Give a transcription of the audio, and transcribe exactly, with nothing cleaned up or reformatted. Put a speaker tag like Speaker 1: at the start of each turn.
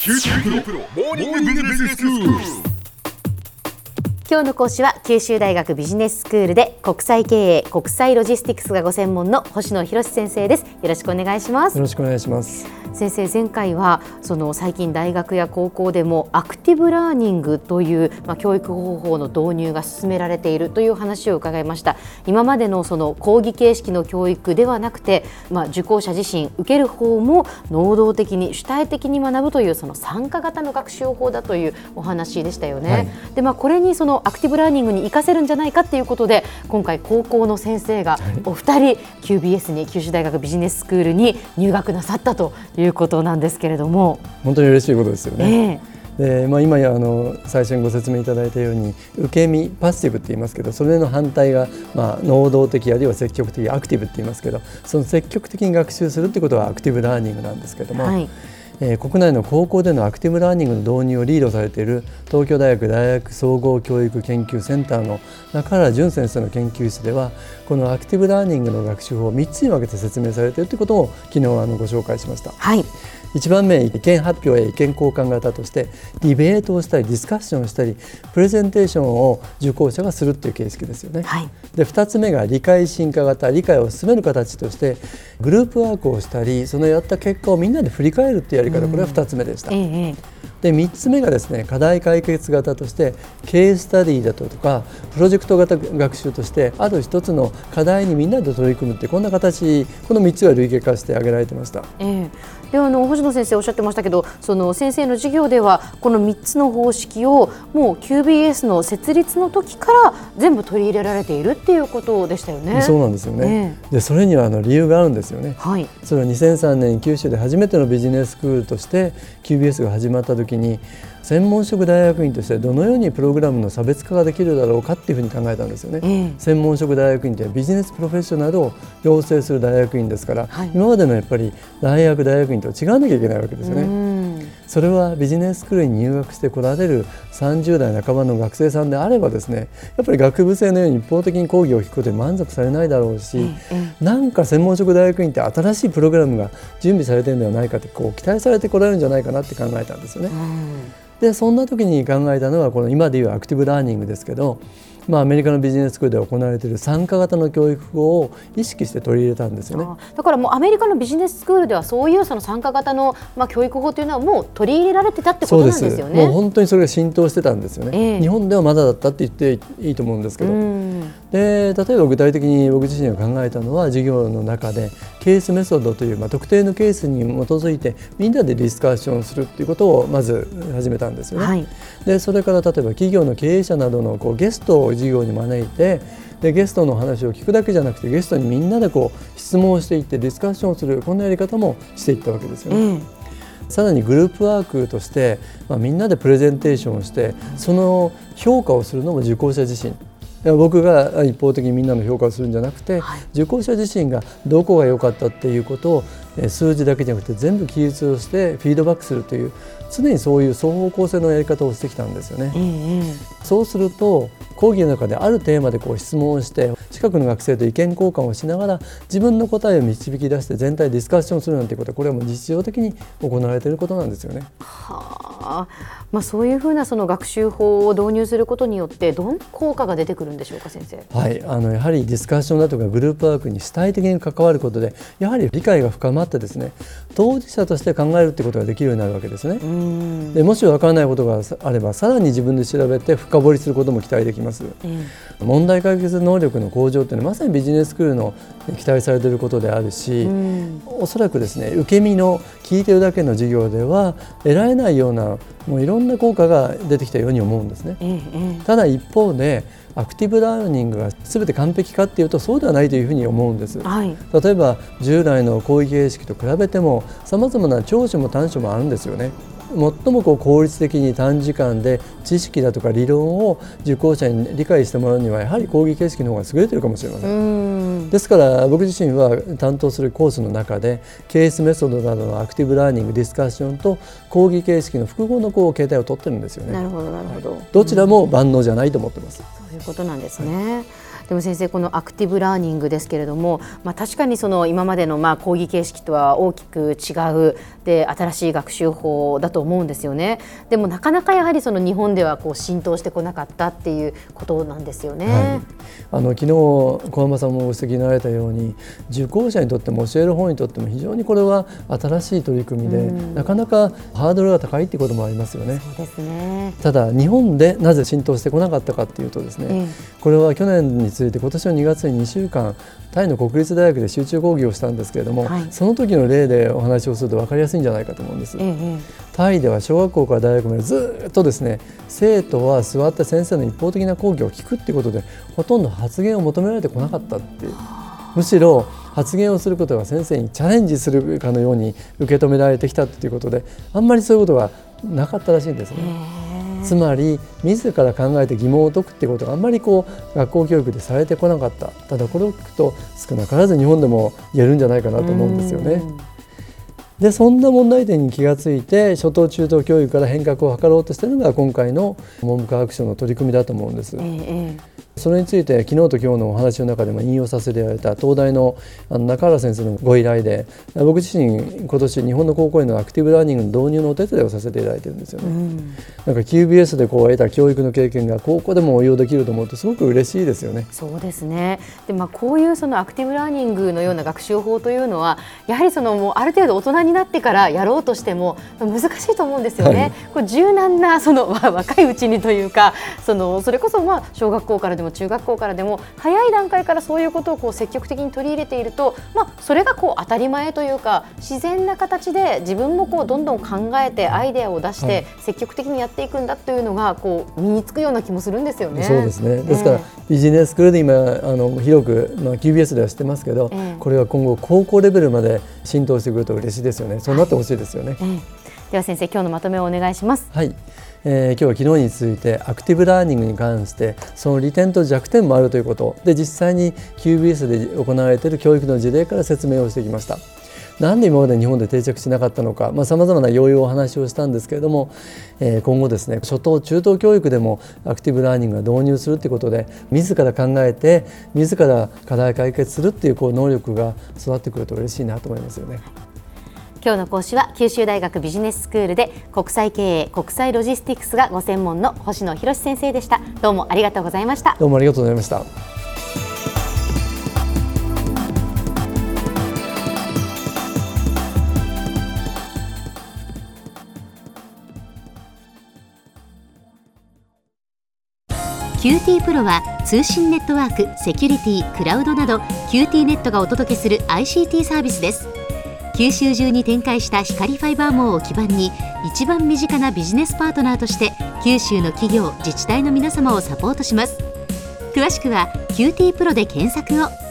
Speaker 1: キューティープロモーニングビジネススクール。
Speaker 2: 今日の講師は九州大学ビジネススクールで国際経営国際ロジスティクスがご専門の星野博先生です。よろしくお願いします。
Speaker 3: よろしくお願いします。
Speaker 2: 先生、前回はその最近大学や高校でもアクティブラーニングという、まあ、教育方法の導入が進められているという話を伺いました。今までのその講義形式の教育ではなくて、まあ、受講者自身受ける方も能動的に主体的に学ぶというその参加型の学習法だというお話でしたよね。はい、でまあ、これにそのアクティブラーニングに活かせるんじゃないかということで、今回高校の先生がお二人 キュービーエス に九州大学ビジネススクールに入学なさったということなんですけれども、
Speaker 3: 本当に嬉しいことですよね。
Speaker 2: えー
Speaker 3: でまあ、今やあの最初にご説明いただいたように受け身パッシブって言いますけど、それの反対が、まあ、能動的あるいは積極的アクティブって言いますけど、その積極的に学習するってことはアクティブラーニングなんですけども、はい、えー、国内の高校でのアクティブラーニングの導入をリードされている東京大学大学総合教育研究センターの中原淳先生の研究室では、このアクティブラーニングの学習法をみっつに分けて説明されているということを昨日あのご紹介しました。
Speaker 2: はい、
Speaker 3: いちばんめ、意見発表や意見交換型としてディベートをしたりディスカッションをしたりプレゼンテーションを受講者がするという形式ですよね。はい、でふたつめが理解進化型、理解を進める形としてグループワークをしたり、そのやった結果をみんなで振り返るというやり方、これはふたつめでした。ええ、でみっつめがですね、課題解決型としてケーススタディだとかプロジェクト型学習としてある一つの課題にみんなで取り組むって、こんな形、このみっつが類型化して挙げられてました。
Speaker 2: ええ、であの星野先生おっしゃってましたけど、その先生の授業ではこのみっつの方式をもう キュービーエス の設立の時から全部取り入れられているっていうことでしたよね。
Speaker 3: そうなんですよね。ええ、でそれにはあの理由があるんですよね。はい、それはにせんさんねんに九州で初めてのビジネススクールとして キュービーエス が始まった時に、専門職大学院としてどのようにプログラムの差別化ができるだろうかっていうふうに考えたんですよね。えー、専門職大学院というのはビジネスプロフェッショナルを養成する大学院ですから、はい、今までのやっぱり大学大学院と違わなきゃいけないわけですよね。それはビジネススクールに入学してこられるさんじゅうだいなかばの学生さんであればですね、やっぱり学部生のように一方的に講義を聞くことで満足されないだろうし、えー、なんか専門職大学院って新しいプログラムが準備されているのではないかってこう期待されてこられるんじゃないかなって考えたんですよね。でそんな時に考えたのがこの今でいうアクティブラーニングですけど、まあ、アメリカのビジネススクールで行われている参加型の教育法を意識して取り入れたんですよね。
Speaker 2: だからもうアメリカのビジネススクールではそういうその参加型の、まあ、教育法というのはもう取り入れられてたってことなんですよね。
Speaker 3: もう本当にそれが浸透してたんですよね。えー、日本ではまだだったって言っていいと思うんですけど、で例えば具体的に僕自身が考えたのは、授業の中でケースメソッドという、まあ、特定のケースに基づいてみんなでディスカッションするということをまず始めたんですよね。はい、でそれから例えば企業の経営者などのこうゲストを授業に招いて、でゲストの話を聞くだけじゃなくてゲストにみんなでこう質問をしていってディスカッションをする、こんなやり方もしていったわけですよね。うん、さらにグループワークとして、まあ、みんなでプレゼンテーションをしてその評価をするのも受講者自身、僕が一方的にみんなの評価をするんじゃなくて、はい、受講者自身がどこが良かったっていうことを数字だけじゃなくて全部記述をしてフィードバックするという、常にそういう双方向性のやり方をしてきたんですよね。うんうん、そうすると講義の中であるテーマでこう質問をして近くの学生と意見交換をしながら自分の答えを導き出して全体でディスカッションするなんていうことは、これはもう日常的に行われていることなんですよね。
Speaker 2: はあ、まあ、そういうふうなその学習法を導入することによってどんな効果が出てくるんでしょうか、先生。
Speaker 3: はい、あのやはりディスカッションだとかグループワークに主体的に関わることでやはり理解が深まってですね、当事者として考えるということができるようになるわけですね。うんでもし分からないことがあればさらに自分で調べて深掘りすることも期待できます。うん、問題解決能力の向上というのはまさにビジネススクールの期待されていることであるし、うん、おそらくですね、受け身の聞いてるだけの授業では得られないようなもういろんな効果が出てきたように思うんですね。うんうん、ただ一方でアクティブラーニングが全て完璧かっていうとそうではないというふうに思うんです。はい、例えば従来の講義形式と比べてもさまざまな長所も短所もあるんですよね。最もこう効率的に短時間で知識だとか理論を受講者に理解してもらうにはやはり講義形式の方が優れているかもしれません。うんですから僕自身は担当するコースの中でケースメソッドなどのアクティブラーニングディスカッションと講義形式の複合のこう形態を取ってるんですよね。
Speaker 2: なるほどなるほど、
Speaker 3: どちらも万能じゃないと思ってます。
Speaker 2: そういうことなんですね。はい、 でも先生、このアクティブラーニングですけれども、まあ、確かにその今までのまあ講義形式とは大きく違うで新しい学習法だと思うんですよね。でもなかなかやはりその日本ではこう浸透してこなかったっていうことなんですよね。はい、
Speaker 3: あの昨日小浜さんもご指摘になられたように、受講者にとっても教える方にとっても非常にこれは新しい取り組みで、うん、なかなかハードルが高いっていうこともありますよね。
Speaker 2: そうですね。
Speaker 3: ただ日本でなぜ浸透してこなかったかっていうとですね、ええ、これは去年について今年のにがつににしゅうかんタイの国立大学で集中講義をしたんですけれども、はい、その時の例でお話をすると分かりやすいんじゃないかと思うんです。ええ、タイでは小学校から大学までずっとですね、生徒は座って先生の一方的な講義を聞くっていうことでほとんど発言を求められてこなかったっていう、むしろ発言をすることが先生にチャレンジするかのように受け止められてきたということで、あんまりそういうことがなかったらしいんですね。つまり自ら考えて疑問を解くっていうことがあんまりこう学校教育でされてこなかった。ただこれを聞くと少なからず日本でも言えるんじゃないかなと思うんですよね。でそんな問題点に気がついて初等中等教育から変革を図ろうとしているのが今回の文部科学省の取り組みだと思うんです。ええ、それについて昨日と今日のお話の中でも引用させていただいた東大の中原先生のご依頼で、僕自身今年日本の高校へのアクティブラーニングの導入のお手伝いをさせていただいているんですよね。うん、なんか キュービーエス でこう得た教育の経験が高校でも応用できると思うとすごく嬉しいですよね。
Speaker 2: そうですね。で、まあ、こういうそのアクティブラーニングのような学習法というのはやはりそのもうある程度大人になってからやろうとしても難しいと思うんですよね。はい、これ柔軟なその若いうちにというか、そのそれこそまあ小学校からでも中学校からでも早い段階からそういうことをこう積極的に取り入れていると、まあ、それがこう当たり前というか自然な形で自分もこうどんどん考えてアイデアを出して積極的にやっていくんだというのがこう身につくような気もするんですよね。
Speaker 3: そうですね。ですから、えー、ビジネススクールで今あの広く、まあ、キュービーエス では知ってますけど、えー、これは今後高校レベルまで浸透してくると嬉しいですよね。そうなってほしいですよね。はい、えー、
Speaker 2: では先生、今日のまとめをお願いします。
Speaker 3: はい、えー、今日は昨日についてアクティブラーニングに関してその利点と弱点もあるということで、実際に キュービーエス で行われている教育の事例から説明をしてきました。なんで今まで日本で定着しなかったのか、さまざ、まな要因をお話をしたんですけれども、えー、今後ですね、初等中等教育でもアクティブラーニングが導入するということで自ら考えて自ら課題解決するっていう、こう能力が育ってくると嬉しいなと思いますよね。
Speaker 2: 今日の講師は九州大学ビジネススクールで国際経営国際ロジスティックスがご専門の星野博先生でした。どうもありがとうございました。
Speaker 3: どうもありがとうございました。
Speaker 4: キューティー プロは通信ネットワーク、セキュリティ、クラウドなど キューティー ネットがお届けする アイシーティー サービスです。九州中に展開した光ファイバー網を基盤に一番身近なビジネスパートナーとして九州の企業、自治体の皆様をサポートします。詳しくは キューティー プロで検索を。